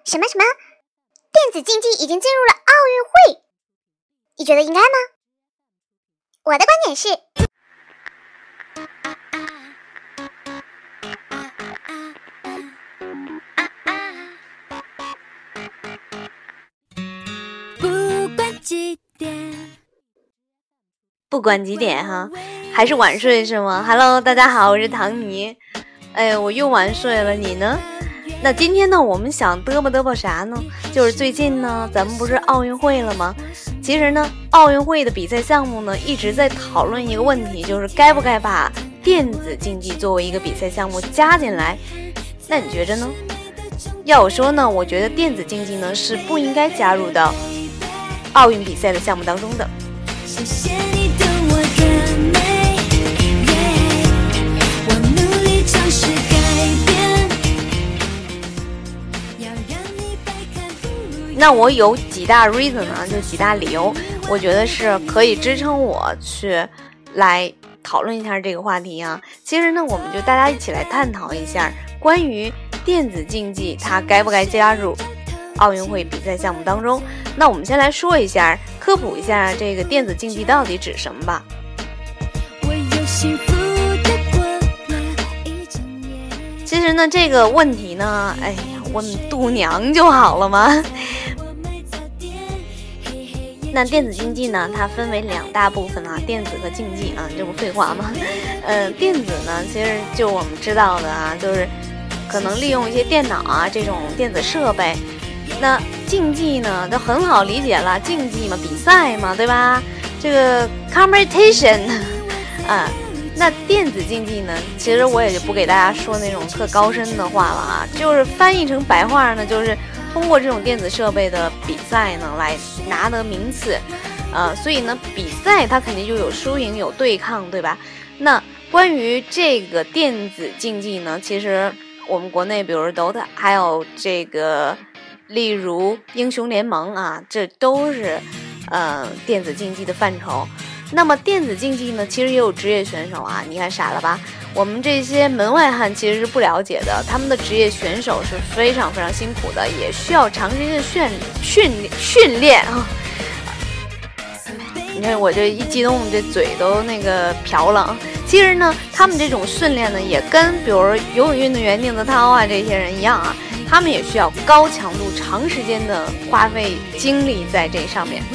什么？电子竞技已经进入了奥运会，你觉得应该吗？我的观点是， 不管几点哈，还是晚睡是吗 ？Hello， 大家好，我是唐妮。我又晚睡了，你呢？那今天呢，我们想嘚啵啥呢？就是最近呢，咱们不是奥运会了吗？其实呢，奥运会的比赛项目呢，一直在讨论一个问题，就是该不该把电子竞技作为一个比赛项目加进来？那你觉着呢？要我说呢，我觉得电子竞技呢是不应该加入到奥运比赛的项目当中的。谢谢你对我的美，我努力尝试改变，要让你百看不如。那我有几大 reason 呢，就几大理由，我觉得是可以支撑我去来讨论一下这个话题啊。其实呢，我们就大家一起来探讨一下关于电子竞技它该不该加入奥运会比赛项目当中。那我们先来说一下，科普一下这个电子竞技到底指什么吧。其实呢，这个问题呢，问度娘就好了嘛。那电子竞技呢，它分为两大部分啊，电子和竞技啊，这不废话吗？电子呢，其实就我们知道的啊，就是可能利用一些电脑啊这种电子设备。那竞技呢都很好理解了，竞技嘛，比赛嘛，对吧？这个 competition 啊，那电子竞技呢，其实我也就不给大家说那种特高深的话了啊，就是翻译成白话呢，就是通过这种电子设备的比赛呢来拿得名次，所以呢比赛它肯定就有输赢有对抗，对吧？那关于这个电子竞技呢，其实我们国内比如 DOTA 还有这个例如英雄联盟啊，这都是电子竞技的范畴。那么电子竞技呢，其实也有职业选手啊，你看傻了吧？我们这些门外汉其实是不了解的，他们的职业选手是非常非常辛苦的，也需要长时间的训练啊。你看我这一激动，这嘴都那个瓢了。其实呢，他们这种训练呢，也跟比如游泳运动员宁泽涛啊这些人一样啊，他们也需要高强度、长时间的花费精力在这上面。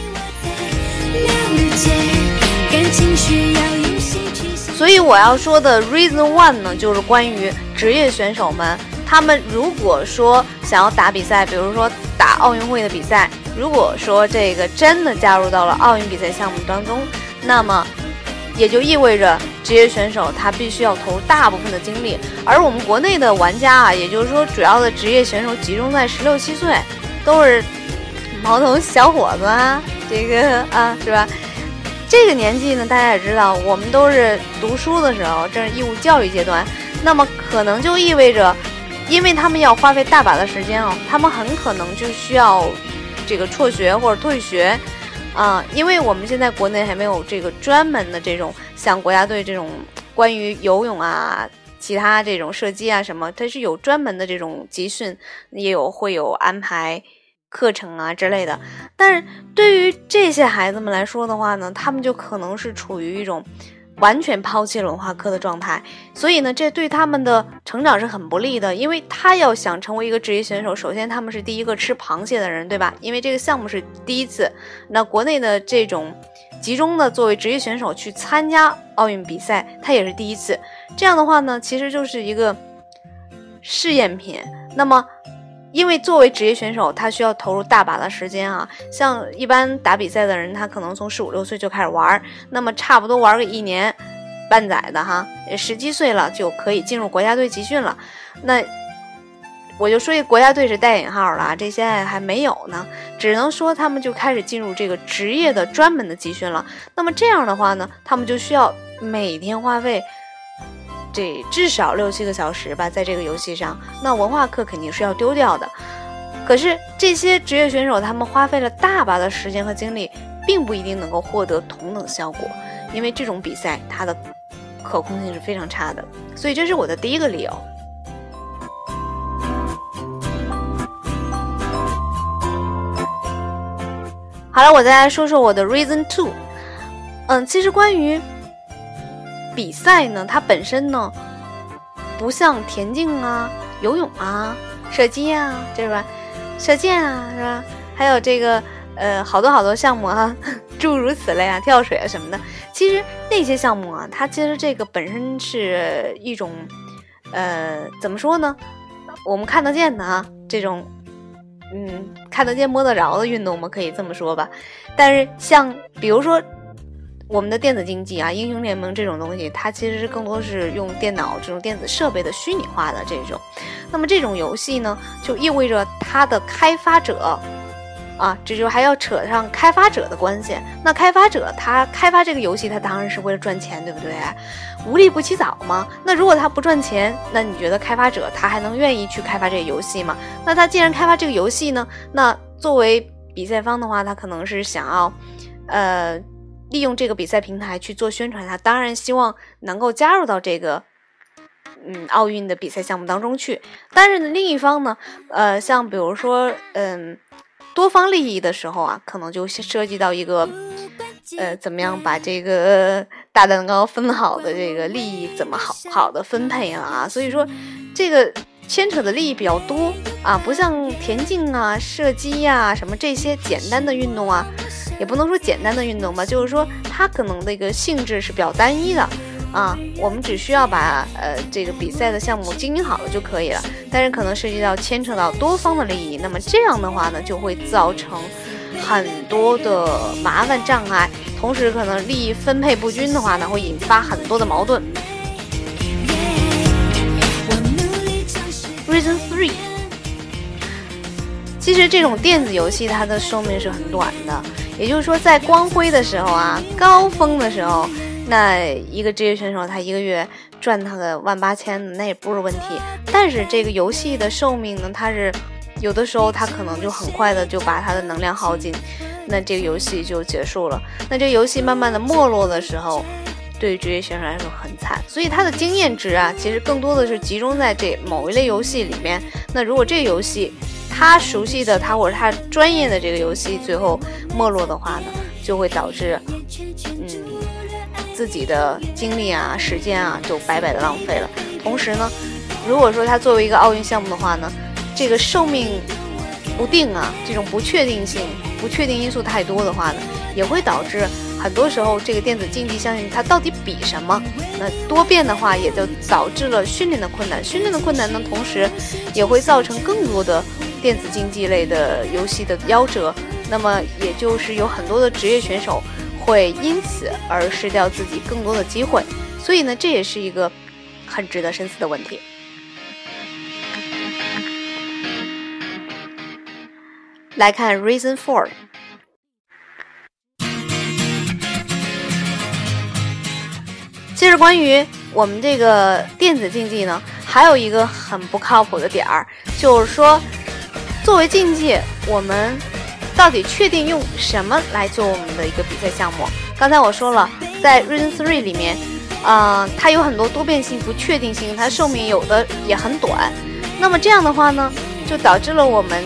所以我要说的 reason one 呢，就是关于职业选手们，他们如果说想要打比赛，比如说打奥运会的比赛，如果说这个真的加入到了奥运比赛项目当中，那么也就意味着职业选手他必须要投入大部分的精力，而我们国内的玩家啊，也就是说主要的职业选手集中在16、17岁，都是毛头小伙子啊，这个啊是吧？这个年纪呢，大家也知道，我们都是读书的时候，正是义务教育阶段，那么可能就意味着，因为他们要花费大把的时间哦，他们很可能就需要这个辍学或者退学。因为我们现在国内还没有这个专门的这种像国家队这种关于游泳啊、其他这种射击啊什么，它是有专门的这种集训，也会有安排课程啊之类的。但是对于这些孩子们来说的话呢，他们就可能是处于一种完全抛弃了文化课的状态，所以呢，这对他们的成长是很不利的。因为他要想成为一个职业选手，首先他们是第一个吃螃蟹的人，对吧？因为这个项目是第一次，那国内的这种集中的作为职业选手去参加奥运比赛，他也是第一次。这样的话呢，其实就是一个试验品。那么因为作为职业选手，他需要投入大把的时间啊，像一般打比赛的人，他可能从15、16岁就开始玩，那么差不多玩个1年半载的哈，17岁了就可以进入国家队集训了。那我就说国家队是带引号了，这些还没有呢，只能说他们就开始进入这个职业的专门的集训了。那么这样的话呢，他们就需要每天花费这至少6、7个小时吧，在这个游戏上，那文化课肯定是要丢掉的。可是这些职业选手他们花费了大把的时间和精力，并不一定能够获得同等效果，因为这种比赛它的可控性是非常差的。所以这是我的第一个理由。 好了，我再来说说我的 reason 2。其实关于比赛呢，它本身呢，不像田径啊、游泳啊、射击啊，对吧？射箭啊，是吧？还有这个好多项目啊，诸如此类啊，跳水啊什么的。其实那些项目啊，它其实这个本身是一种怎么说呢？我们看得见的啊，这种看得见摸得着的运动嘛，可以这么说吧。但是像比如说我们的电子竞技啊，英雄联盟这种东西，它其实更多是用电脑这种电子设备的虚拟化的这种。那么这种游戏呢，就意味着它的开发者啊，这就还要扯上开发者的关系。那开发者他开发这个游戏，他当然是为了赚钱，对不对？无利不起早嘛。那如果他不赚钱，那你觉得开发者他还能愿意去开发这个游戏吗？那他既然开发这个游戏呢，那作为比赛方的话，他可能是想要利用这个比赛平台去做宣传，他当然希望能够加入到这个奥运的比赛项目当中去。但是呢，另一方呢，像比如说多方利益的时候啊，可能就涉及到一个怎么样把这个大蛋糕分好的这个利益怎么好的分配啊。所以说这个牵扯的利益比较多啊，不像田径啊、射击啊什么这些简单的运动啊，也不能说简单的运动吧，就是说它可能的一个性质是比较单一的啊，我们只需要把这个比赛的项目经营好了就可以了。但是可能涉及到牵扯到多方的利益，那么这样的话呢，就会造成很多的麻烦障碍，同时可能利益分配不均的话呢，会引发很多的矛盾。Reason 3， 其实这种电子游戏它的寿命是很短的，也就是说在光辉的时候啊，高峰的时候，那一个职业选手他一个月赚他个18000，那也不是问题。但是这个游戏的寿命呢，它是有的时候它可能就很快的就把它的能量耗尽，那这个游戏就结束了。那这个游戏慢慢的没落的时候，对于职业选手来说很惨，所以他的经验值啊，其实更多的是集中在这某一类游戏里面。那如果这个游戏他熟悉的或者他专业的这个游戏最后没落的话呢，就会导致自己的精力啊、时间啊就白白的浪费了。同时呢，如果说他作为一个奥运项目的话呢，这个寿命不定啊，这种不确定因素太多的话呢，也会导致很多时候这个电子竞技项目它到底比什么？那多变的话，也就导致了训练的困难。训练的困难呢，同时也会造成更多的电子竞技类的游戏的夭折。那么，也就是有很多的职业选手会因此而失掉自己更多的机会。所以呢，这也是一个很值得深思的问题。来看 Reason 4。其实关于我们这个电子竞技呢，还有一个很不靠谱的点儿，就是说作为竞技，我们到底确定用什么来做我们的一个比赛项目。刚才我说了，在 Reason 3里面它有很多多变性、不确定性，它寿命有的也很短。那么这样的话呢，就导致了我们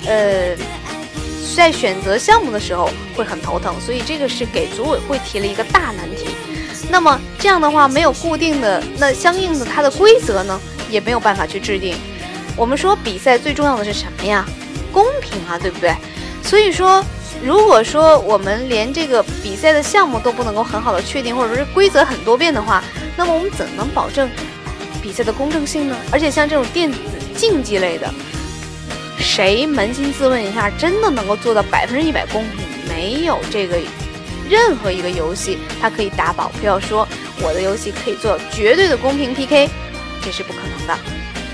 在选择项目的时候会很头疼，所以这个是给组委会提了一个大难题。那么这样的话，没有固定的，那相应的它的规则呢，也没有办法去制定。我们说比赛最重要的是什么呀？公平啊，对不对？所以说，如果说我们连这个比赛的项目都不能够很好的确定，或者是规则很多变的话，那么我们怎能保证比赛的公正性呢？而且像这种电子竞技类的，谁扪心自问一下，真的能够做到100%公平？没有这个任何一个游戏它可以打保票说我的游戏可以做到绝对的公平 PK， 这是不可能的。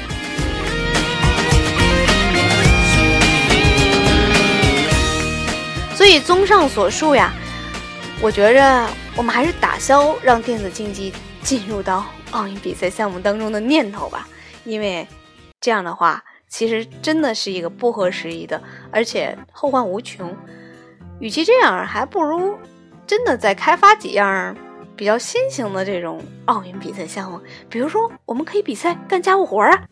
所以综上所述呀，我觉着我们还是打消让电子竞技进入到奥运比赛项目当中的念头吧，因为这样的话其实真的是一个不合时宜的，而且后患无穷。与其这样，还不如真的再开发几样比较新型的这种奥运比赛项目，比如说我们可以比赛干家务活啊。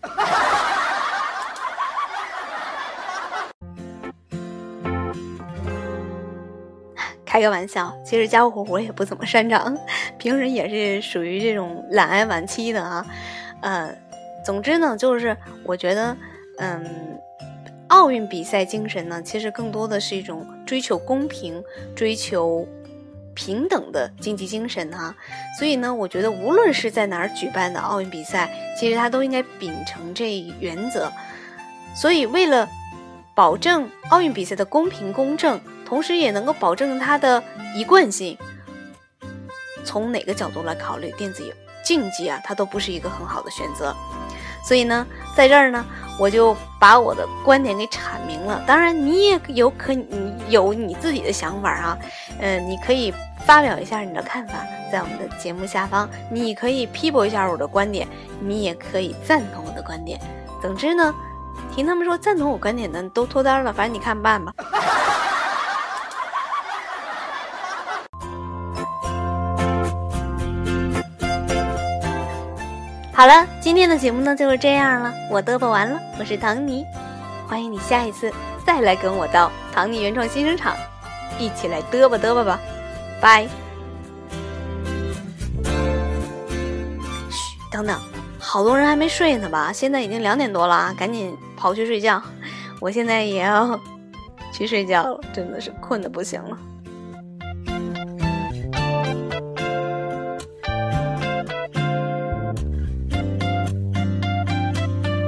开个玩笑，其实家务活我也不怎么擅长，平时也是属于这种懒癌晚期的啊。总之呢，就是我觉得，奥运比赛精神呢，其实更多的是一种追求公平、追求平等的竞技精神啊。所以呢，我觉得无论是在哪儿举办的奥运比赛，其实它都应该秉承这一原则。所以为了保证奥运比赛的公平公正，同时也能够保证它的一贯性，从哪个角度来考虑，电子竞技啊，它都不是一个很好的选择。所以呢，在这儿呢，我就把我的观点给阐明了。当然，你也有你自己的想法啊，你可以发表一下你的看法，在我们的节目下方，你可以批驳一下我的观点，你也可以赞同我的观点。总之呢，听他们说赞同我观点的都脱单了，反正你看办吧。好了，今天的节目呢就是这样了，我嘚啵完了，我是唐尼，欢迎你下一次再来跟我到唐尼原创新声场一起来嘚啵嘚啵吧，拜。嘘，等等，好多人还没睡呢吧？现在已经2点多了啊，赶紧跑去睡觉，我现在也要去睡觉了，真的是困得不行了。